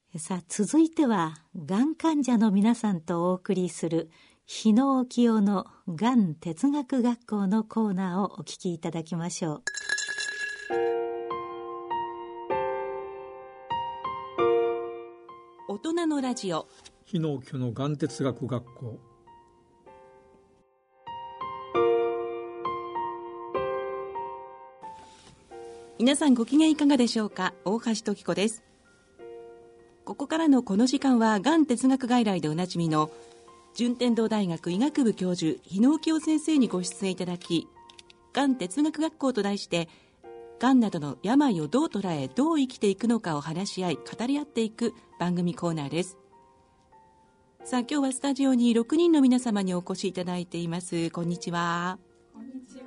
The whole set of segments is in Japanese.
さあ、続いてはがん患者の皆さんとお送りする日野沖夫のがん哲学学校のコーナーをお聞きいただきましょう。 大人のラジオ日野沖夫のがん哲学学校。 皆さんご機嫌いかがでしょうか。大橋時子です。ここからのこの時間はがん哲学外来でおなじみの順天堂大学医学部教授日野沖夫先生にご出演いただき、がん哲学学校と題してがんなどの病をどう捉えどう生きていくのかを話し合い語り合っていく番組コーナーです。さあ、今日はスタジオに6人の皆様にお越しいただいています。こんにちは。 こんにちは。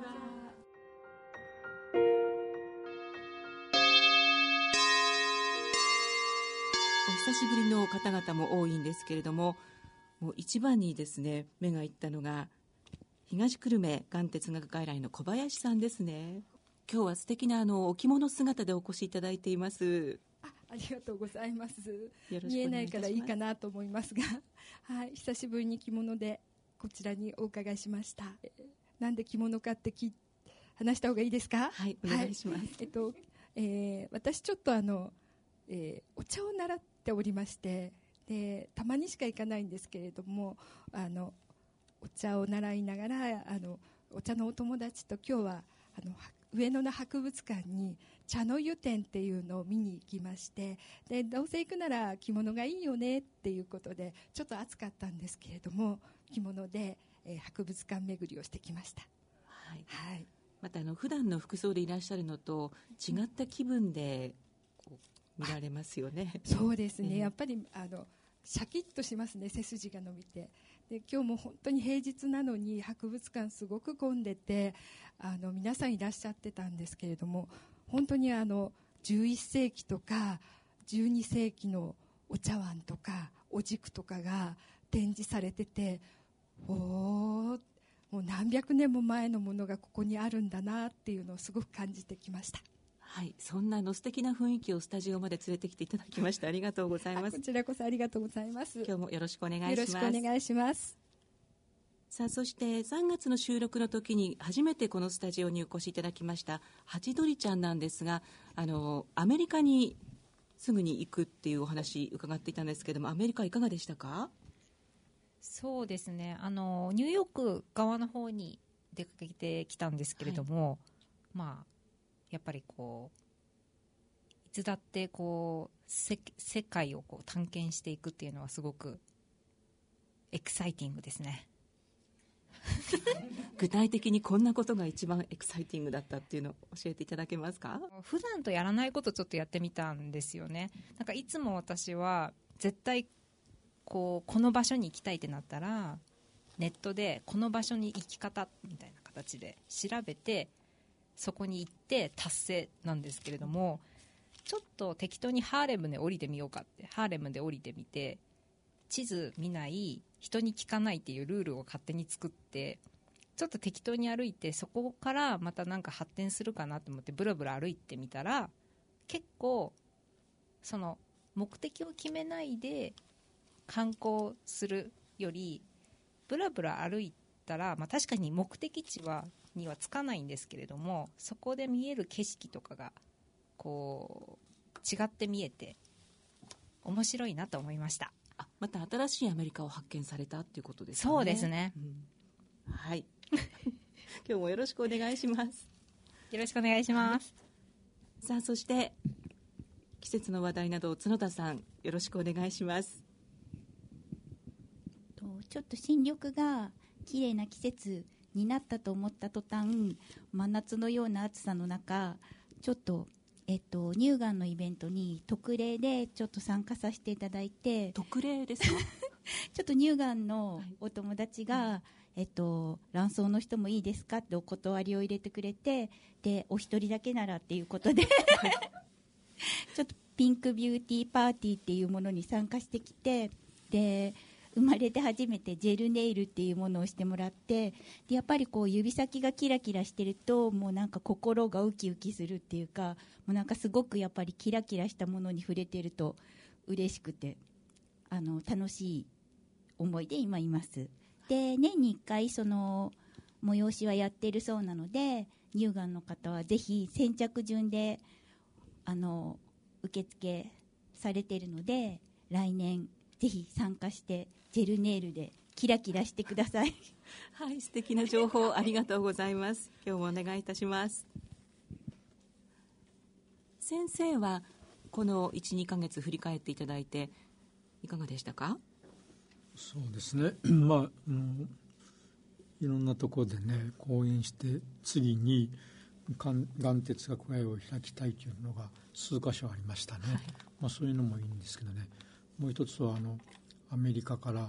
お久しぶりの方々も多いんですけれども、もう一番にですね目がいったのが東久留米がん哲学外来の小林さんですね。今日は素敵なお着物姿でお越しいただいています。 ありがとうございます。 よろしくお願いいたします。 見えないからいいかなと思いますが、はい、久しぶりに着物でこちらにお伺いしました。なんで着物かって話した方がいいですか。 はい、お願いします。 私ちょっとお茶を習っておりまして、でたまにしか行かないんですけれども、お茶を習いながらお茶のお友達と今日は上野の博物館に茶の湯展っていうのを見に行きまして、でどうせ行くなら着物がいいよねっていうことでちょっと暑かったんですけれども着物で、博物館巡りをしてきました。 はいはい、 また普段の服装でいらっしゃるのと違った気分で見られますよね。 そうですね、やっぱりシャキッとしますね。背筋が伸びて、で今日も本当に平日なのに博物館すごく混んでて皆さんいらっしゃってたんですけれども、本当に11世紀とか12世紀のお茶碗とかお軸とかが展示されてて、もう何百年も前のものがここにあるんだなっていうのをすごく感じてきました。 はい、そんな素敵な雰囲気をスタジオまで連れてきていただきましてありがとうございます。 こちらこそありがとうございます。 今日もよろしくお願いします。 よろしくお願いします。 さあ、そして3月の収録の時に初めてこのスタジオにお越しいただきましたハチドリちゃんなんですが、アメリカにすぐに行くっていうお話伺っていたんですけども、アメリカいかがでしたか。 そうですね、ニューヨーク側の方に出かけてきたんですけれども、はい、やっぱりいつだって世界を探検していくっていうのはすごくエキサイティングですね。 具体的にこんなことが一番エキサイティングだったっていうのを教えていただけますか。 普段とやらないことちょっとやってみたんですよね。なんかいつも私は絶対この場所に行きたいってなったらネットでこの場所に行き方みたいな形で調べてそこに行って達成なんですけれども、ちょっと適当にハーレムで降りてみようかって、ハーレムで降りてみて地図見ない人に聞かないっていうルールを勝手に作ってちょっと適当に歩いて、そこからまたなんか発展するかなと思ってブラブラ歩いてみたら、結構その目的を決めないで観光するよりブラブラ歩いたら、確かに目的地にはつかないんですけれども、そこで見える景色とかが違って見えて面白いなと思いました。 また新しいアメリカを発見されたっていうことですかね。 そうですね、 はい今日もよろしくお願いします。 よろしくお願いします。 さあ、そして季節の話題など角田さんよろしくお願いします。 ちょっと新緑が綺麗な季節になったと思った途端、真夏のような暑さの中、ちょっと乳がんのイベントに特例でちょっと参加させていただいて。 特例ですか。 ちょっと乳がんのお友達が、卵巣の人もいいですかってお断りを入れてくれて、でお一人だけならっていうことでちょっとピンクビューティーパーティーっていうものに参加してきて、で生まれて初めてジェルネイルっていうものをしてもらって、でやっぱり指先がキラキラしてるともうなんか心がウキウキするっていうか、もうなんかすごくやっぱりキラキラしたものに触れてると嬉しくて楽しい思いで今います。で年に1回その催しはやっているそうなので、乳がんの方はぜひ先着順で受付されているので、来年ぜひ参加してジェルネイルでキラキラしてください。 はい、素敵な情報ありがとうございます。今日もお願いいたします。先生はこの 1,2 ヶ月振り返っていただいていかがでしたか？ そうですね、いろんなところでね講演して、次にがん哲学会を開きたいというのが数箇所ありましたね、はい。そういうのもいいんですけどね、もう一つはアメリカから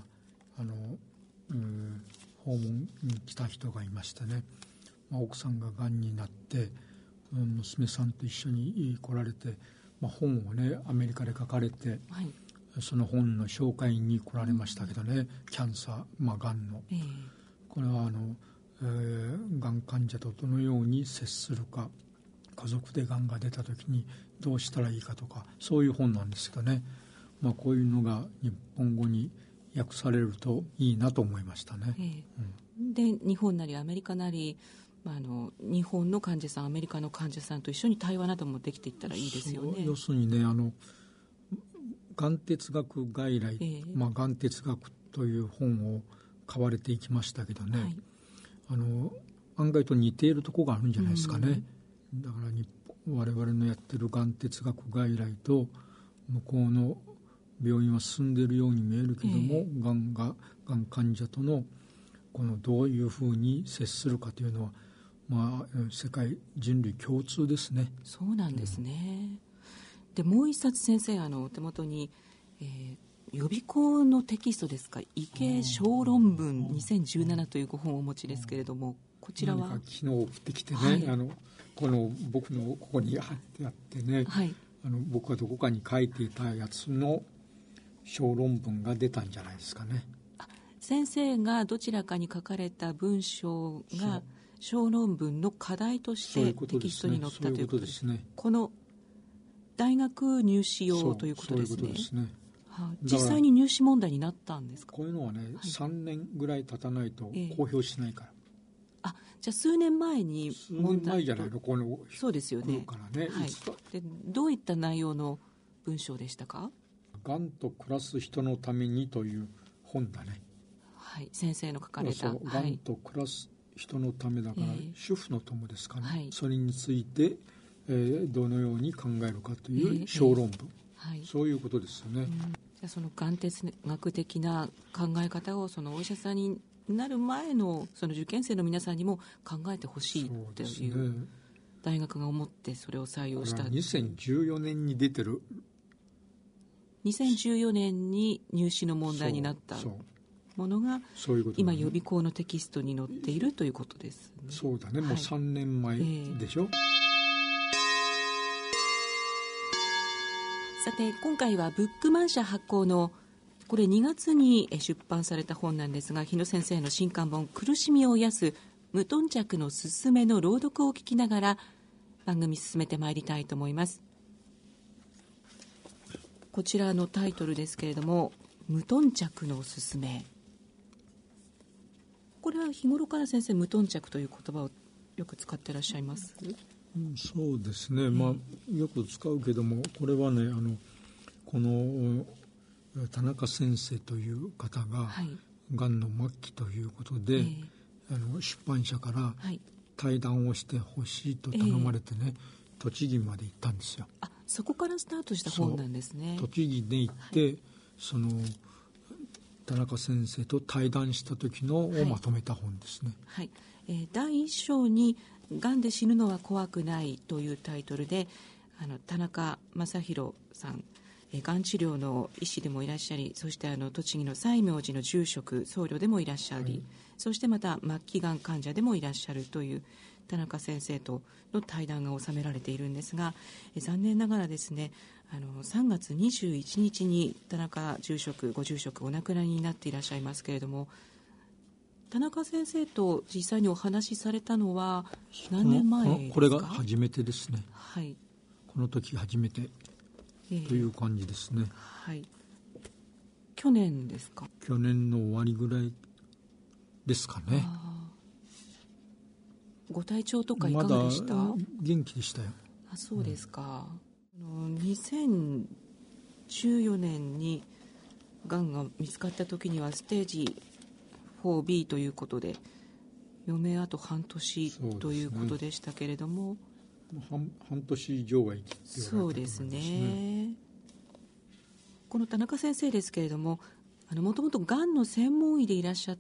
訪問に来た人がいましてね、奥さんががんになって娘さんと一緒に来られて、本をねアメリカで書かれて、はい、その本の紹介に来られましたけどね、キャンサー、がんの、これはがん患者とどのように接するか、家族でがんが出た時にどうしたらいいかとか、そういう本なんですけどね、こういうのが日本語に訳されるといいなと思いましたね、 で日本なりアメリカなり、日本の患者さん、アメリカの患者さんと一緒に対話などもできていったらいいですよね。 要するにね、がん哲学外来、がん哲学という本を買われていきましたけどね、はい、案外と似ているところがあるんじゃないですかね、だから我々のやってるがん哲学外来と向こうの病院は進んでいるように見えるけども、がん患者とのこのどういうふうに接するかというのは、世界人類共通ですね。 そうなんですね、でもう一冊先生お手元に、予備校のテキストですか、医系小論文2017というご本をお持ちですけれども、こちらは昨日送ってきてね、はい、僕のここに貼ってあってね、はい、僕がどこかに書いていたやつの小論文が出たんじゃないですかね。 先生がどちらかに書かれた文章が小論文の課題としてテキストに載ったということですね。この大学入試用ということですね。そういうことですね。実際に入試問題になったんですか？ こういうのはね、3年ぐらい経たないと公表しないから、 じゃあ数年前に問題、数年前じゃないの、このそうですよね。 からね、 はい、でどういった内容の文章でしたか？ がんと暮らす人のためにという本だね。 はい、先生の書かれたがんと暮らす人のためだから、主婦の友ですかね、それについて、どのように考えるかという小論文、そういうことですよね。 じゃあそのがん哲学的な考え方をそのお医者さんになる前のその受験生の皆さんにも考えてほしいという大学が思ってそれを採用した。 2014年に出てる、 2014年に入試の問題になったものが今予備校のテキストに載っているということですね。 そうだね、もう3年前でしょ。 さて今回はブックマン社発行のこれ2月に出版された本なんですが、日野先生の新刊本苦しみを癒す無頓着のすすめの朗読を聞きながら番組進めてまいりたいと思います。こちらのタイトルですけれども、無頓着のすすめ、これは日頃から先生無頓着という言葉をよく使っていらっしゃいます？ そうですね、よく使うけども、これはねこの田中先生という方が、がんの末期ということで、出版社から対談をしてほしいと頼まれてね、栃木まで行ったんですよ。 そこからスタートした本なんですね。 栃木で行って、その田中先生と対談した時のをまとめた本ですね。 第一章にがんで死ぬのは怖くないというタイトルで、田中正弘さん、がん治療の医師でもいらっしゃり、そして栃木の西明寺の住職僧侶でもいらっしゃり、そしてまた末期がん患者でもいらっしゃるという田中先生との対談が収められているんですが、残念ながらですね、3月21日に田中ご住職お亡くなりになっていらっしゃいますけれども、田中先生と実際にお話しされたのは何年前ですか？ これが初めてですね。 はい、 この時初めてという感じですね。 はい。去年ですか？ 去年の終わりぐらいですかね。 ご体調とかいかがでした？ まだ元気でしたよ。 あ、そうですか。2014年にがんが見つかった時にはステージ 4B ということで余命あと半年ということでしたけれども、 半年以上は生きておられたと思いますね。 そうですね。この田中先生ですけれども、もともとがんの専門医でいらっしゃって、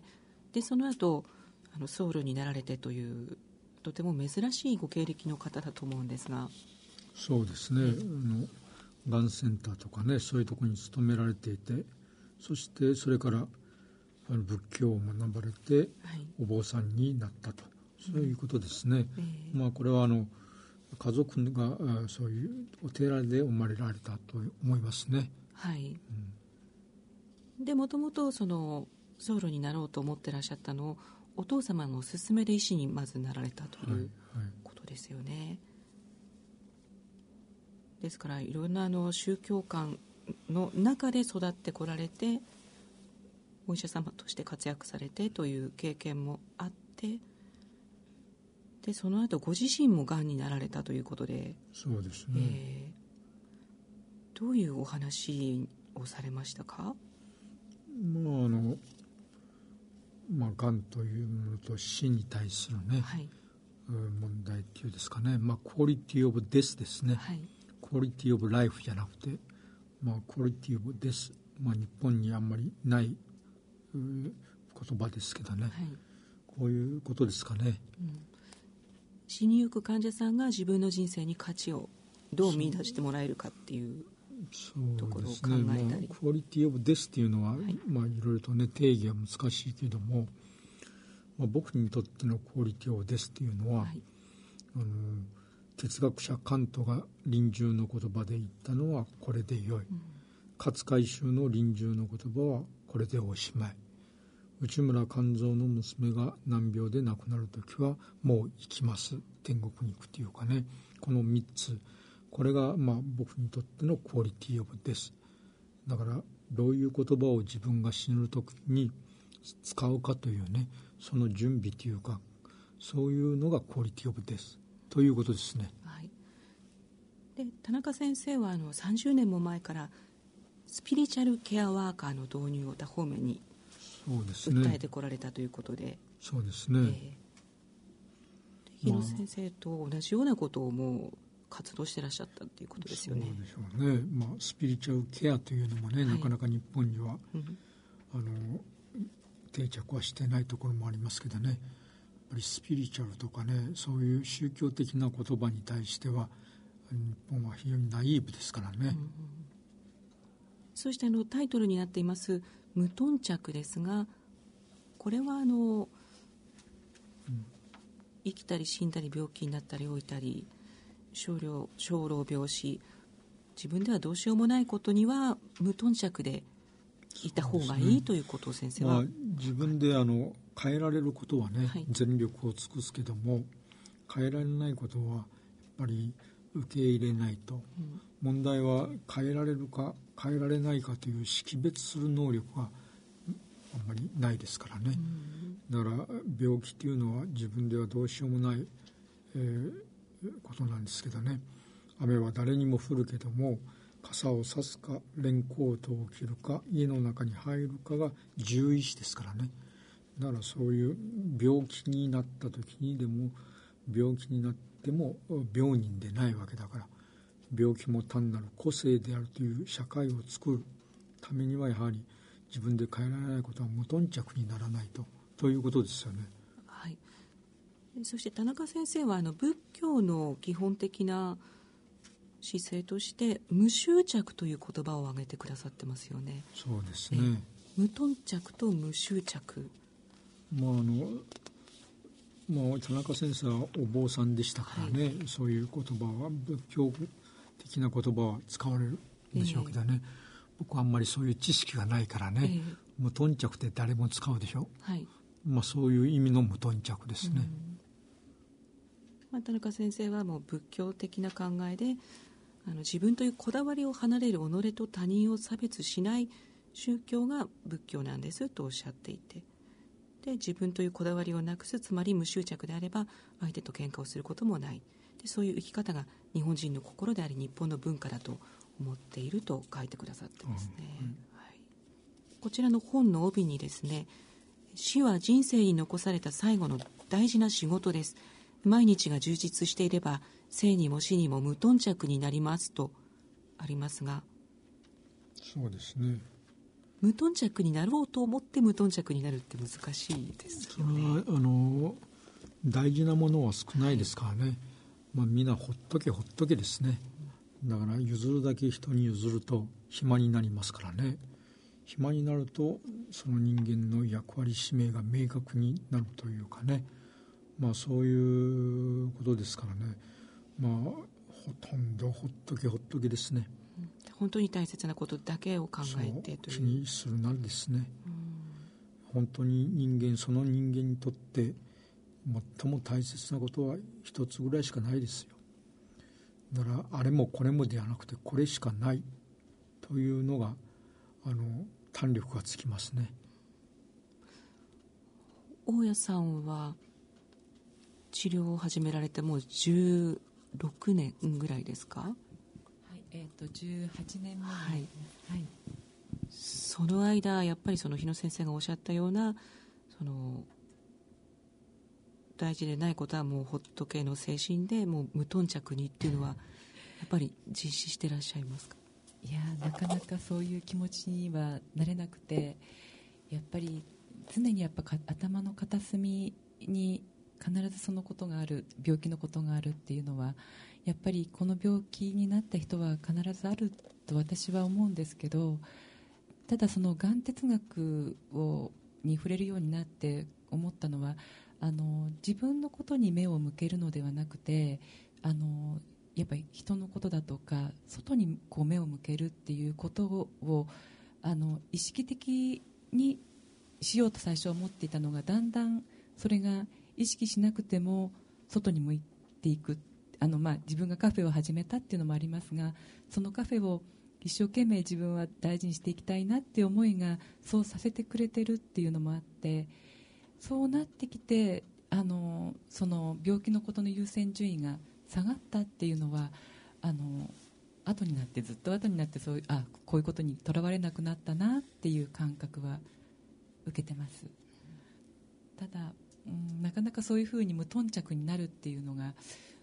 でその後僧侶になられてというとても珍しいご経歴の方だと思うんですが。 そうですね、がんセンターとかね、そういうところに勤められていて、そしてそれから仏教を学ばれて、お坊さんになったと、そういうことですね。これは家族がそういうお寺で生まれられたと思いますね。 はい。でもともと僧侶になろうと思ってらっしゃったのをお父様のお勧めで医師にまずなられたということですよね。ですからいろんな宗教観の中で育ってこられて、お医者様として活躍されてという経験もあって、でその後ご自身もがんになられたということで。 そうですね。 どういうお話をされましたか？ がんというものと死に対するね、問題っていうんですかね、クオリティオブデスですね。クオリティオブライフじゃなくて、クオリティオブデス、日本にあんまりない言葉ですけどね、こういうことですかね。 死にゆく患者さんが自分の人生に価値をどう見出してもらえるかっていうところを考えたり。 クオリティオブデスっていうのは、いろいろとね定義は難しいけれども、僕にとってのクオリティオブデスっていうのは、哲学者カントが臨終の言葉で言ったのはこれでよい、勝海舟の臨終の言葉はこれでおしまい、内村勘三の娘が難病で亡くなるときはもう生きます、天国に行くというかね、この3つ、これが僕にとってのクオリティオブです。だからどういう言葉を自分が死ぬときに使うかというね、その準備というか、そういうのがクオリティオブですということですね。 で田中先生は30年も前からスピリチュアルケアワーカーの導入を多方面に訴えてこられたということで。 そうですね。 日野先生と同じようなことをもう活動してらっしゃったということですよね。 そうでしょうね。スピリチュアルケアというのもね、なかなか日本には、定着はしてないところもありますけどね、やっぱりスピリチュアルとかね、そういう宗教的な言葉に対しては日本は非常にナイーブですからね。 そしてタイトルになっています無頓着ですが、これは生きたり死んだり病気になったり老いたり生老病死、自分ではどうしようもないことには無頓着でいた方がいいということを先生は、 自分で変えられることはね、全力を尽くすけども、変えられないことはやっぱり受け入れないと、問題は変えられるか変えられないかという識別する能力があんまりないですからね。だから病気というのは自分ではどうしようもない、ことなんですけどね、雨は誰にも降るけども傘を差すかレンコートを着るか家の中に入るかが獣医師ですからね。だからそういう病気になった時にでも、病気になっても病人でないわけだから、病気も単なる個性であるという社会を作るためには、やはり自分で変えられないことは無頓着にならないということですよね。 そして田中先生は仏教の基本的な姿勢として無執着という言葉を挙げてくださってますよね。 そうですね。 無頓着と無執着、 田中先生はお坊さんでしたからね、そういう言葉は仏教的な言葉は使われるんでしょうけどね、僕はあんまりそういう知識がないからね、無頓着って誰も使うでしょ、そういう意味の無頓着ですね。 田中先生はもう仏教的な考えで自分というこだわりを離れる己と他人を差別しない宗教が仏教なんですとおっしゃっていて、で自分というこだわりをなくす、つまり無執着であれば相手と喧嘩をすることもない、でそういう生き方が日本人の心であり日本の文化だと思っていると書いてくださってますね、はい、こちらの本の帯にですね、死は人生に残された最後の大事な仕事です、毎日が充実していれば生にも死にも無頓着になりますとありますが、 そうですね、 無頓着になろうと思って無頓着になるって難しいですよね。 それは大事なものは少ないですからね、みんなほっとけほっとけですね。だから譲るだけ人に譲ると暇になりますからね。暇になるとその人間の役割使命が明確になるというかね、そういうことですからね、ほとんどほっとけほっとけですね。 本当に大切なことだけを考えてという気にするなるですね、本当にその人間にとって最も大切なことは一つぐらいしかないですよ。だからあれもこれもではなくてこれしかないというのが胆力がつきますね。 大家さんは治療を始められてもう16年ぐらいですか？ はい、18年目、 はい、 はい、 その間やっぱりその日野先生がおっしゃったようなその大事でないことはもうほっとけの精神でもう無頓着にっていうのはやっぱり実施してらっしゃいますか？ いやなかなかそういう気持ちにはなれなくて、やっぱり常に頭の片隅に必ずそのことがある、病気のことがあるっていうのはやっぱりこの病気になった人は必ずあると私は思うんですけど、ただそのがん哲学に触れるようになって思ったのは自分のことに目を向けるのではなくてやっぱり人のことだとか外にこう目を向けるっていうことを意識的にしようと最初は思っていたのが、だんだんそれが意識しなくても外に向いていく、自分がカフェを始めたっていうのもありますが、そのカフェを一生懸命自分は大事にしていきたいなっていう思いがそうさせてくれてるっていうのもあって、そうなってきてその病気のことの優先順位が下がったっていうのは後になってずっと後になってこういうことにとらわれなくなったなっていう感覚は受けてます。ただなかなかそういうふうに無頓着になるっていうのが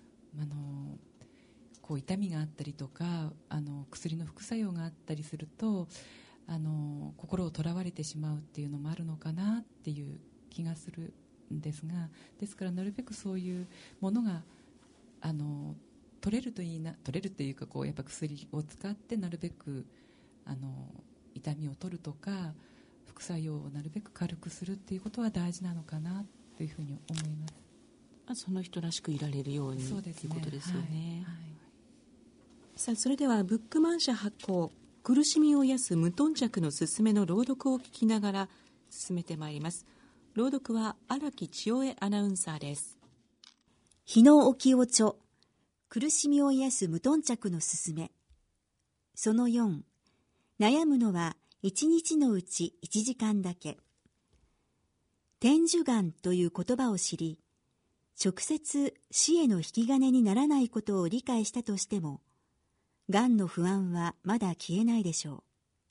こう痛みがあったりとか薬の副作用があったりすると心をとらわれてしまうっていうのもあるのかなっていう気がするんですが、ですからなるべくそういうものが取れるといいな、取れるというかやっぱ薬を使ってなるべく痛みを取るとか副作用をなるべく軽くするっていうことは大事なのかなというふうに思います。 その人らしくいられるようにそうですね、 ということですよね、 はいはい、 さあそれではブックマン社発行苦しみを癒す無頓着のすすめの朗読を聞きながら進めてまいります。朗読は荒木千代恵アナウンサーです。 日野沖尾著苦しみを癒す無頓着のすすめ。その4、悩むのは1日のうち1時間だけ。天寿願という言葉を知り、直接死への引き金にならないことを理解したとしても、がんの不安はまだ消えないでしょう。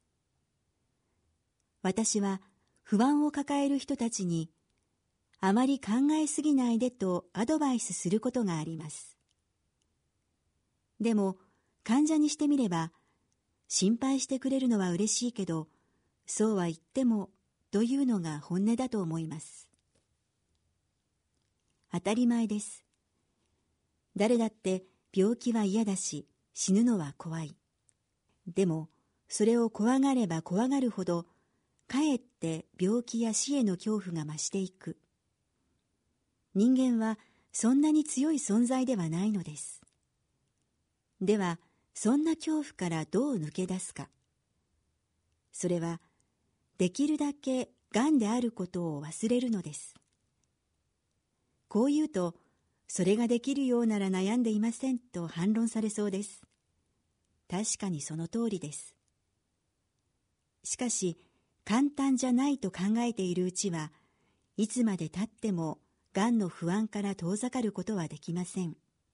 私は不安を抱える人たちに、あまり考えすぎないでとアドバイスすることがあります。でも患者にしてみれば、心配してくれるのは嬉しいけど、そうは言ってもというのが本音だと思います。当たり前です。誰だって病気は嫌だし、死ぬのは怖い。でもそれを怖がれば怖がるほど、かえって病気や死への恐怖が増していく。人間はそんなに強い存在ではないのです。ではそんな恐怖からどう抜け出すか。それはできるだけがんであることを忘れるのです。こう言うと、それができるようなら悩んでいませんと反論されそうです。 確かにその通りです。しかし、簡単じゃないと考えているうちは、いつまで経ってもがんの不安から遠ざかることはできません。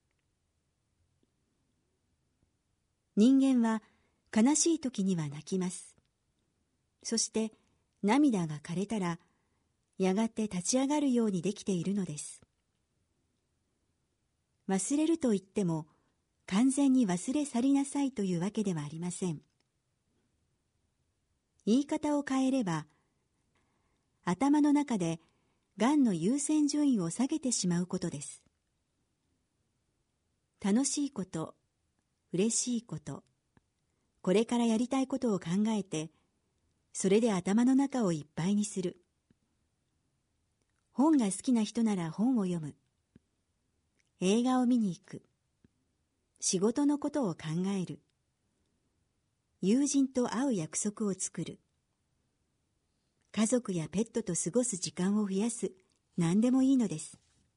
人間は悲しい時には泣きます。そして涙が枯れたら、やがて立ち上がるようにできているのです。忘れると言っても、完全に忘れ去りなさいというわけではありません。言い方を変えれば、頭の中でがんの優先順位を下げてしまうことです。楽しいこと、嬉しいこと、これからやりたいことを考えて、それで頭の中をいっぱいにする。本が好きな人なら本を読む。映画を見に行く。仕事のことを考える。友人と会う約束を作る。家族やペットと過ごす時間を増やす。何でもいいのです。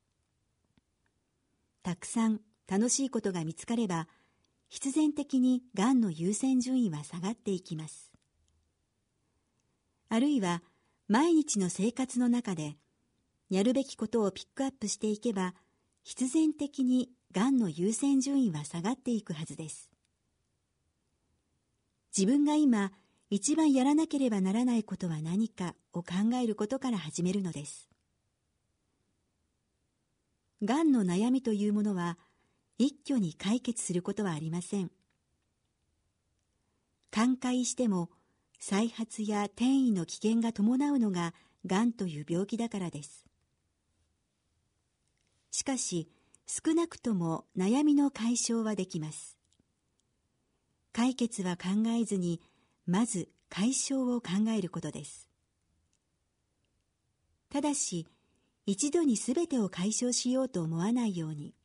たくさん楽しいことが見つかれば、必然的にがんの優先順位は下がっていきます。あるいは毎日の生活の中でやるべきことをピックアップしていけば、必然的にがんの優先順位は下がっていくはずです。自分が今一番やらなければならないことは何かを考えることから始めるのです。がんの悩みというものは一挙に解決することはありません。寛解しても再発や転移の危険が伴うのががんという病気だからです。しかし、少なくとも悩みの解消はできます。解決は考えずに、まず解消を考えることです。ただし、一度にすべてを解消しようと思わないように。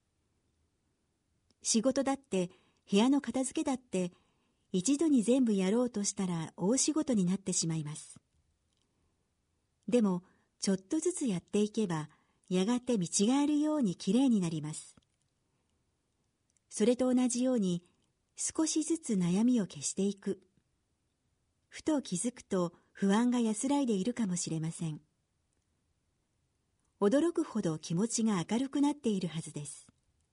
仕事だって、部屋の片付けだって、一度に全部やろうとしたら大仕事になってしまいます。でも、ちょっとずつやっていけば、やがて見違えるようにきれいになります。それと同じように、少しずつ悩みを消していく。ふと気づくと不安が安らいでいるかもしれません。驚くほど気持ちが明るくなっているはずです。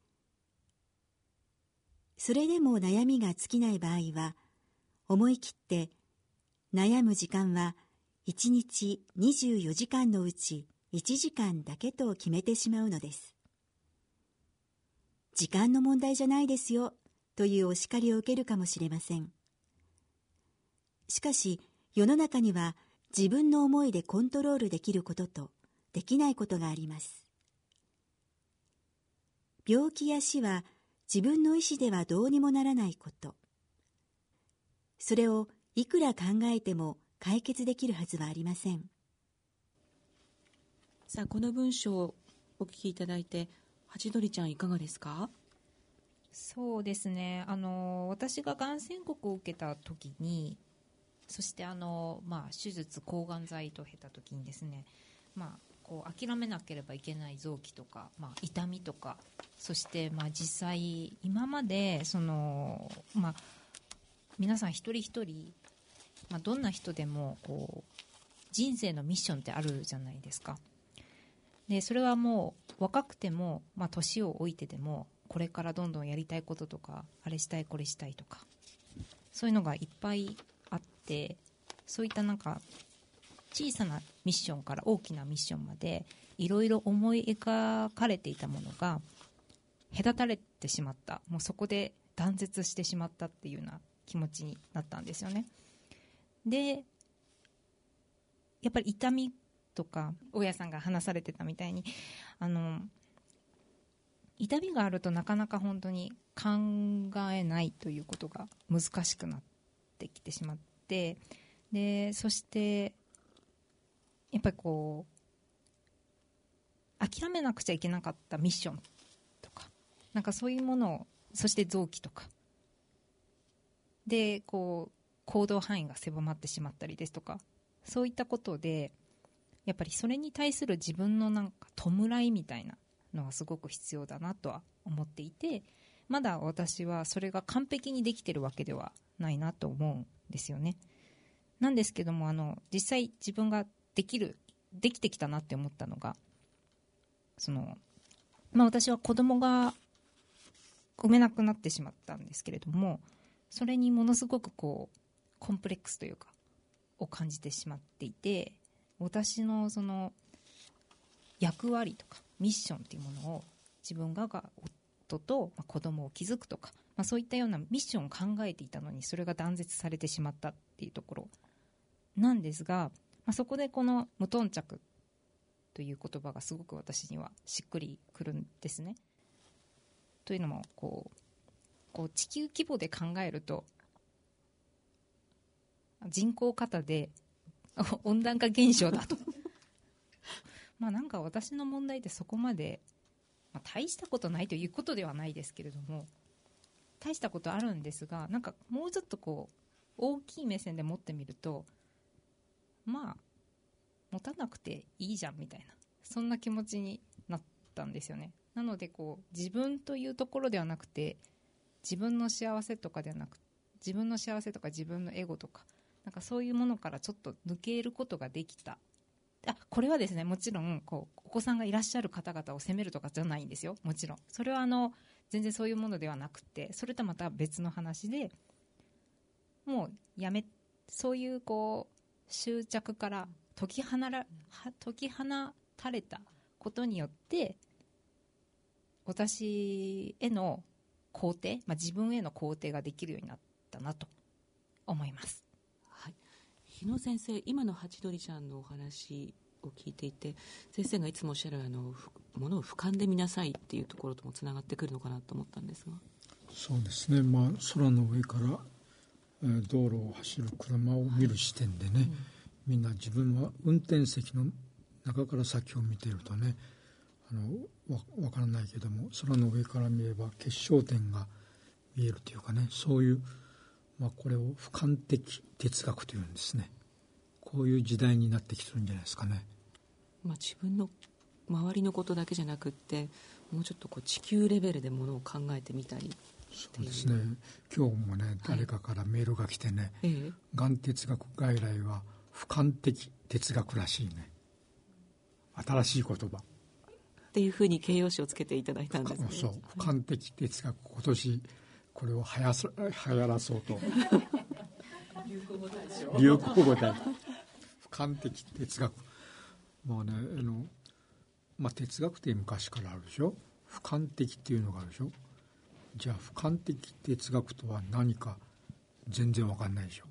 それでも悩みが尽きない場合は、思い切って悩む時間は1日24時間のうち1時間だけと決めてしまうのです。時間の問題じゃないですよというお叱りを受けるかもしれません。しかし世の中には自分の思いでコントロールできることとできないことがあります。病気や死は自分の意思ではどうにもならないこと。それをいくら考えても解決できるはずはありません。 さあ、この文章をお聞きいただいて、ハチドリちゃんいかがですか？ そうですね、私ががん宣告を受けた時に、そして手術抗がん剤と経た時にですね、こう諦めなければいけない臓器とか、痛みとか、そして実際今まで皆さん一人一人、どんな人でもこう人生のミッションってあるじゃないですか。でそれはもう若くても、年を置いてでもこれからどんどんやりたいこととか、あれしたいこれしたいとか、そういうのがいっぱいあって、そういった小さなミッションから大きなミッションまでいろいろ思い描かれていたものが隔たれてしまった、もうそこで断絶してしまったっていうような気持ちになったんですよね。でやっぱり痛みとか、大家さんが話されてたみたいに痛みがあるとなかなか本当に考えないということが難しくなってきてしまって、でそしてやっぱりこう諦めなくちゃいけなかったミッションとか、そういうものを、そして臓器とかでこう行動範囲が狭まってしまったりですとか、そういったことでやっぱりそれに対する自分の弔いみたいなのはすごく必要だなとは思っていて、 まだ私はそれが完璧にできてるわけではないなと思うんですよね。なんですけども実際自分ができてきたなって思ったのが私は子供が産めなくなってしまったんですけれども、それにものすごくコンプレックスというかを感じてしまっていて、私のその役割とかミッションっていうものを自分が夫と子供を築くとか、そういったようなミッションを考えていたのにそれが断絶されてしまったっていうところなんですが、そこでこの無頓着という言葉がすごく私にはしっくりくるんですね。というのも地球規模で考えると人口過多で温暖化現象だとなんか私の問題ってそこまで、大したことないということではないですけれども、大したことあるんですが、なんかもうちょっと大きい目線で持ってみると、持たなくていいじゃんみたいな、そんな気持ちになったんですよね。なので自分というところではなくて、自分の幸せとかではなく、自分の幸せとか自分のエゴとか、なんかそういうものからちょっと抜けることができた。これはですね、もちろんお子さんがいらっしゃる方々を責めるとかじゃないんですよ。もちろんそれは全然そういうものではなくて、それとまた別の話で、もうそういう執着から解き放たれたことによって、私への肯定、自分への肯定ができるようになったなと思います。 はい、日野先生、今のハチドリちゃんのお話を聞いていて、先生がいつもおっしゃるものを俯瞰で見なさいっていうところともつながってくるのかなと思ったんですが。 そうですね、空の上から道路を走る車を見る視点でね、みんな自分は運転席の中から先を見ているとね、わからないけども、空の上から見れば結晶点が見えるというかね、そういう、これを俯瞰的哲学というんですね。こういう時代になってきてるんじゃないですかね。 自分の周りのことだけじゃなくって、もうちょっと地球レベルでものを考えてみたり。 そうですね、今日もね、誰かからメールが来てね、がん哲学外来は俯瞰的哲学らしいね。新しい言葉っていうふうに形容詞をつけていただいたんですね。 そう、俯瞰的哲学、今年これを流行らそうと流行語大賞俯瞰的哲学、哲学って昔からあるでしょ。俯瞰的っていうのがあるでしょ。じゃあ俯瞰的哲学とは何か全然分かんないでしょ。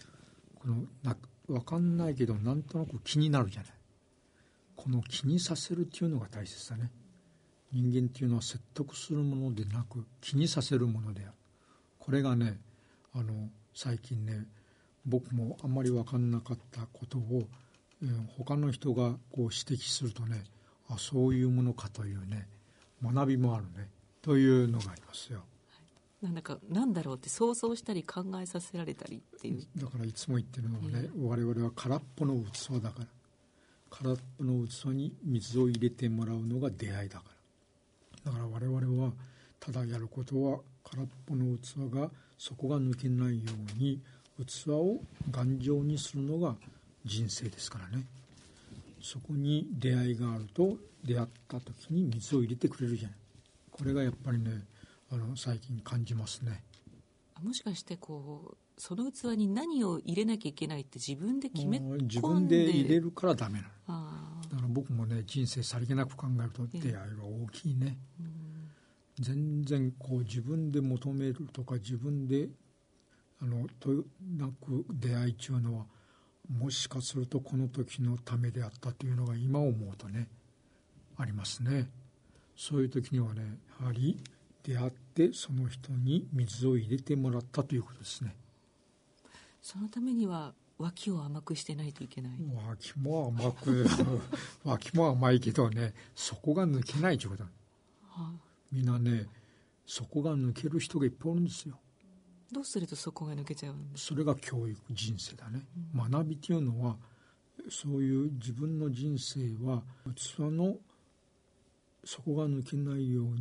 分かんないけどなんとなく気になるじゃない。この気にさせるっていうのが大切だね。人間っていうのは説得するものでなく気にさせるものである。これがね、最近ね、僕もあんまり分かんなかったことを、他の人が指摘するとね、そういうものかというね、学びもあるねというのがありますよ。 なんだろうって想像したり考えさせられたりっていう。 だからいつも言ってるのはね、我々は空っぽの器だから、空っぽの器に水を入れてもらうのが出会いだから。だから我々はただやることは、空っぽの器が底が抜けないように器を頑丈にするのが人生ですからね。そこに出会いがあると、出会った時に水を入れてくれるじゃない。これがやっぱりね、最近感じますね。 もしかしてその器に何を入れなきゃいけないって自分で決め込んで、 自分で入れるからダメなの。だから僕もね、人生さりげなく考えると出会いは大きいね。全然自分で求めるとか自分でとなく出会いというのは、もしかするとこの時のためであったというのが今思うとね、ありますね。そういう時にはね、やはり出会ってその人に水を入れてもらったということですね。 そのためには脇を甘くしてないといけない。 脇も甘いけどね、底が抜けないということだ。みんなね、底が抜ける人がいっぱいいるんですよ。 どうすると底が抜けちゃうんですか？ それが教育人生だね。学びというのは、そういう自分の人生は器の底が抜けないように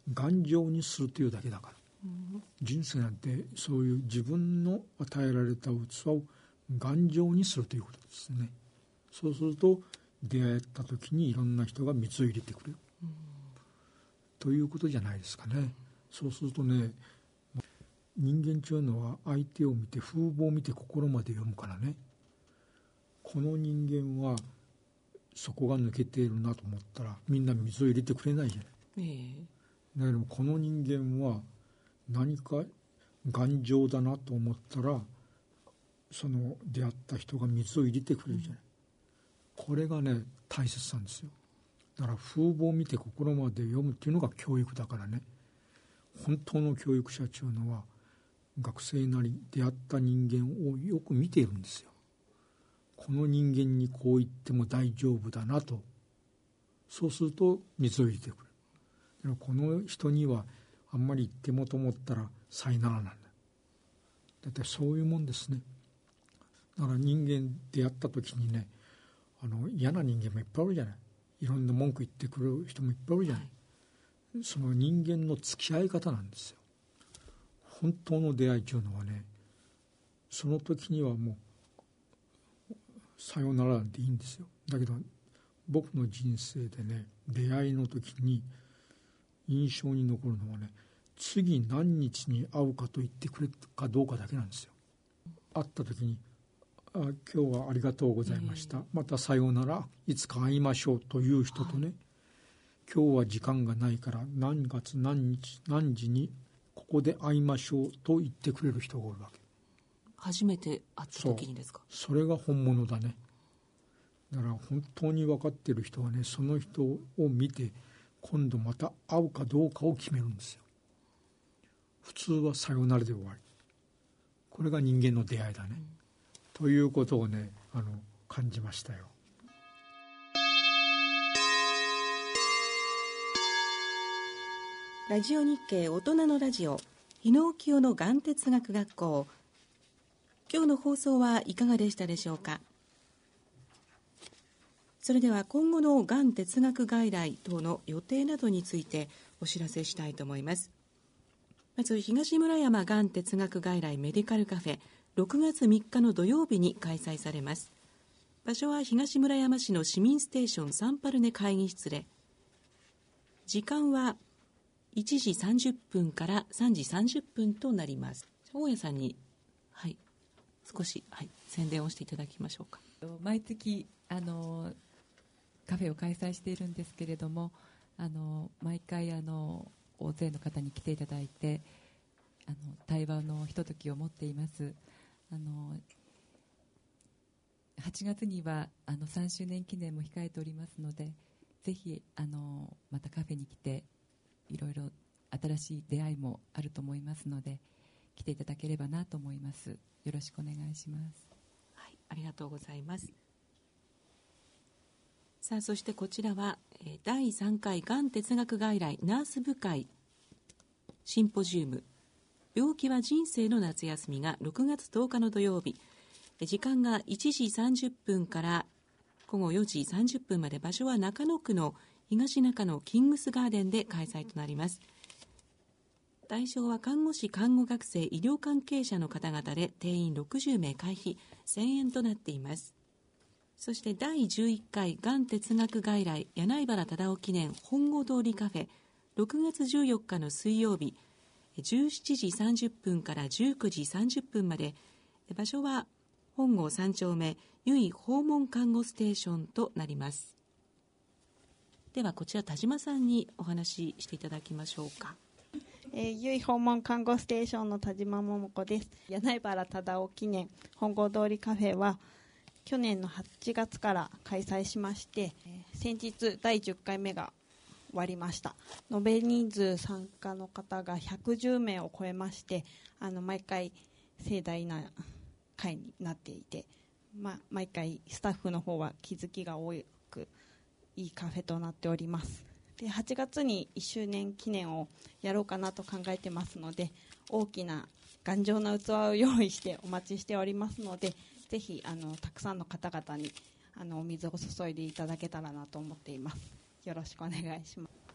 頑丈にするというだけだから、人生なんてそういう自分の与えられた器を頑丈にするということですね。そうすると出会った時にいろんな人が水を入れてくれる、ということじゃないですかね。そうするとね、人間というのは相手を見て風貌を見て心まで読むからね、この人間は底が抜けているなと思ったらみんな水を入れてくれないじゃない、だけどもこの人間は何か頑丈だなと思ったらその出会った人が水を入れてくれるじゃない、これがね大切なんですよ。だから風貌を見て心まで読むっていうのが教育だからね。本当の教育者というのは学生なり出会った人間をよく見ているんですよ。この人間にこう言っても大丈夫だなと。そうすると水を入れてくる。この人にはあんまり言ってもと思ったらさよならなんだ。だってそういうもんですね。だから人間出会った時にね、嫌な人間もいっぱいあるじゃない。いろんな文句言ってくる人もいっぱいあるじゃない、その人間の付き合い方なんですよ。本当の出会いというのはね、その時にはもうさよならなんていいんですよ。だけど僕の人生でね、出会いの時に印象に残るのはね、次何日に会うかと言ってくれるかどうかだけなんですよ。会った時に今日はありがとうございました、またさようなら、いつか会いましょうという人とね、今日は時間がないから何月何日何時にここで会いましょうと言ってくれる人がおるわけ。 初めて会った時にですか。 それが本物だね。だから本当に分かっている人はね、その人を見て今度また会うかどうかを決めるんですよ。普通はさよならで終わり。これが人間の出会いだね、ということをね、感じましたよ。 ラジオ日経大人のラジオ、日野沖夫のがん哲学学校。今日の放送はいかがでしたでしょうか。それでは今後のがん哲学外来等の予定などについてお知らせしたいと思います。まず東村山がん哲学外来メディカルカフェ、6月3日の土曜日に開催されます。場所は東村山市の市民ステーションサンパルネ会議室で、時間は1時30分から3時30分となります。大家さんに、少し、宣伝をしていただきましょうか。 毎月カフェを開催しているんですけれども、毎回大勢の方に来ていただいて対話のひとときを持っています。8月には3周年記念も控えておりますので、ぜひまたカフェに来ていろいろ新しい出会いもあると思いますので、来ていただければなと思います。よろしくお願いします。 ありがとうございます。さあ、そしてこちらは第3回がん哲学外来ナース部会シンポジウム、病気は人生の夏休みが6月10日の土曜日、時間が1時30分から午後4時30分まで、場所は中野区の東中野キングスガーデンで開催となります。対象は看護師、看護学生、医療関係者の方々で、定員60名、会費1000円となっています。そして第11回がん哲学外来柳原忠夫記念本郷通りカフェ、6月14日の水曜日、17時30分から19時30分まで、場所は本郷3丁目由井訪問看護ステーションとなります。ではこちら田島さんにお話ししていただきましょうか。 由井訪問看護ステーションの田島桃子です。柳原忠夫記念本郷通りカフェは去年の8月から開催しまして、先日第10回目が終わりました。延べ人数参加の方が110名を超えまして、毎回盛大な会になっていて、毎回スタッフの方は気づきが多くいいカフェとなっております。で、8月に1周年記念をやろうかなと考えてますので、大きな頑丈な器を用意してお待ちしておりますので、ぜひたくさんの方々にお水を注いでいただけたらなと思っています。よろしくお願いします。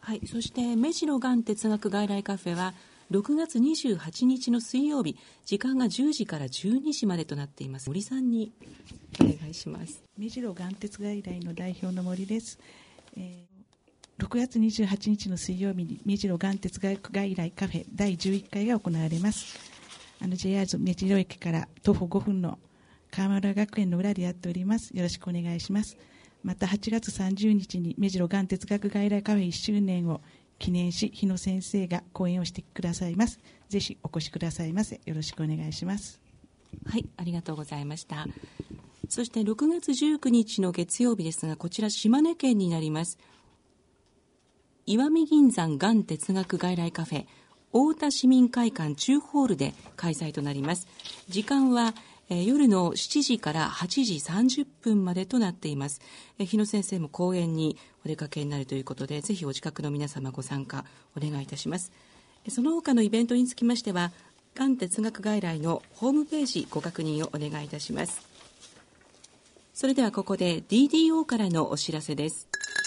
はい、そして目白がん哲学外来カフェは6月28日の水曜日、時間が10時から12時までとなっています。森さんにお願いします。 目白がん哲外来の代表の森です。6月28日の水曜日に目白がん哲学外来カフェ第11回が行われます。JR 目白駅から徒歩5分の川村学園の裏でやっております。よろしくお願いします。また8月30日に目白がん哲学外来カフェ1周年を記念し、日野先生が講演をしてくださいます。ぜひお越しくださいませ。よろしくお願いします。 はい、ありがとうございました。そして6月19日の月曜日ですが、こちら島根県になります。石見銀山がん哲学外来カフェ太田市民会館中ホールで開催となります。時間は夜の7時から8時30分までとなっています。日野先生も講演にお出かけになるということで、ぜひお近くの皆様ご参加お願いいたします。その他のイベントにつきましては、がん哲学外来のホームページご確認をお願いいたします。それではここで DDO からのお知らせです。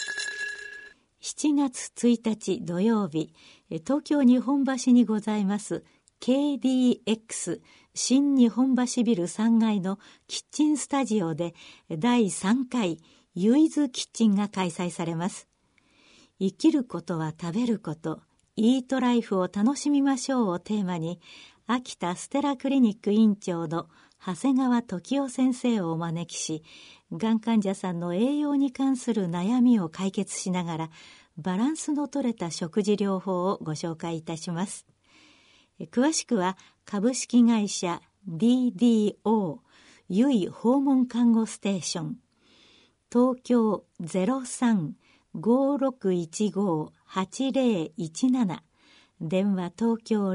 7月1日土曜日、東京日本橋にございますKDX 新日本橋ビル3階のキッチンスタジオで第3回ユイズキッチンが開催されます。生きることは食べること、イートライフを楽しみましょうをテーマに、秋田ステラクリニック院長の長谷川時夫先生をお招きし、がん患者さんの栄養に関する悩みを解決しながら、バランスの取れた食事療法をご紹介いたします。詳しくは株式会社 DDO ゆい訪問看護ステーション、東京 03-5615-8017、電話東京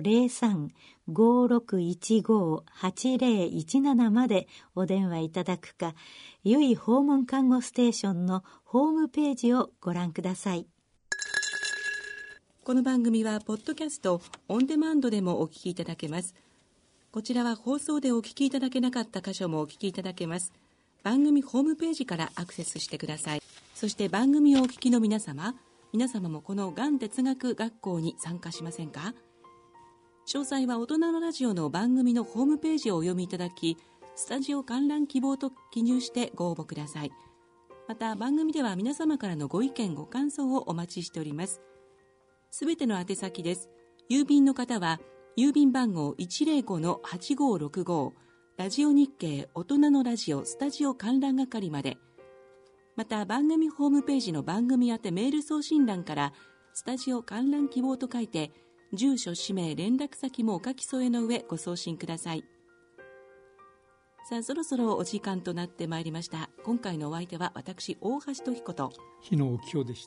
03-5615-8017 までお電話いただくか、ゆい訪問看護ステーションのホームページをご覧ください。 この番組はポッドキャストオンデマンドでもお聞きいただけます。こちらは放送でお聞きいただけなかった箇所もお聞きいただけます。番組ホームページからアクセスしてください。そして番組をお聞きの皆様もこのがん哲学学校に参加しませんか？詳細は大人のラジオの番組のホームページをお読みいただき、スタジオ観覧希望と記入してご応募ください。また番組では皆様からのご意見ご感想をお待ちしております。すべての宛先です。郵便の方は郵便番号 105-8565 ラジオ日経大人のラジオスタジオ観覧係まで。また番組ホームページの番組宛てメール送信欄からスタジオ観覧希望と書いて、住所氏名連絡先もお書き添えの上ご送信ください。さあ、そろそろお時間となってまいりました。今回のお相手は私大橋時子と日野清でした。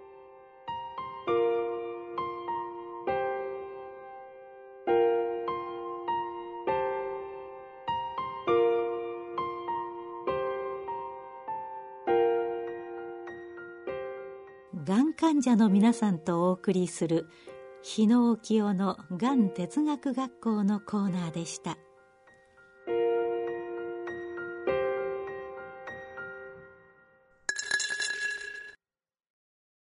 がん患者の皆さんとお送りする日野清のがん哲学学校のコーナーでした。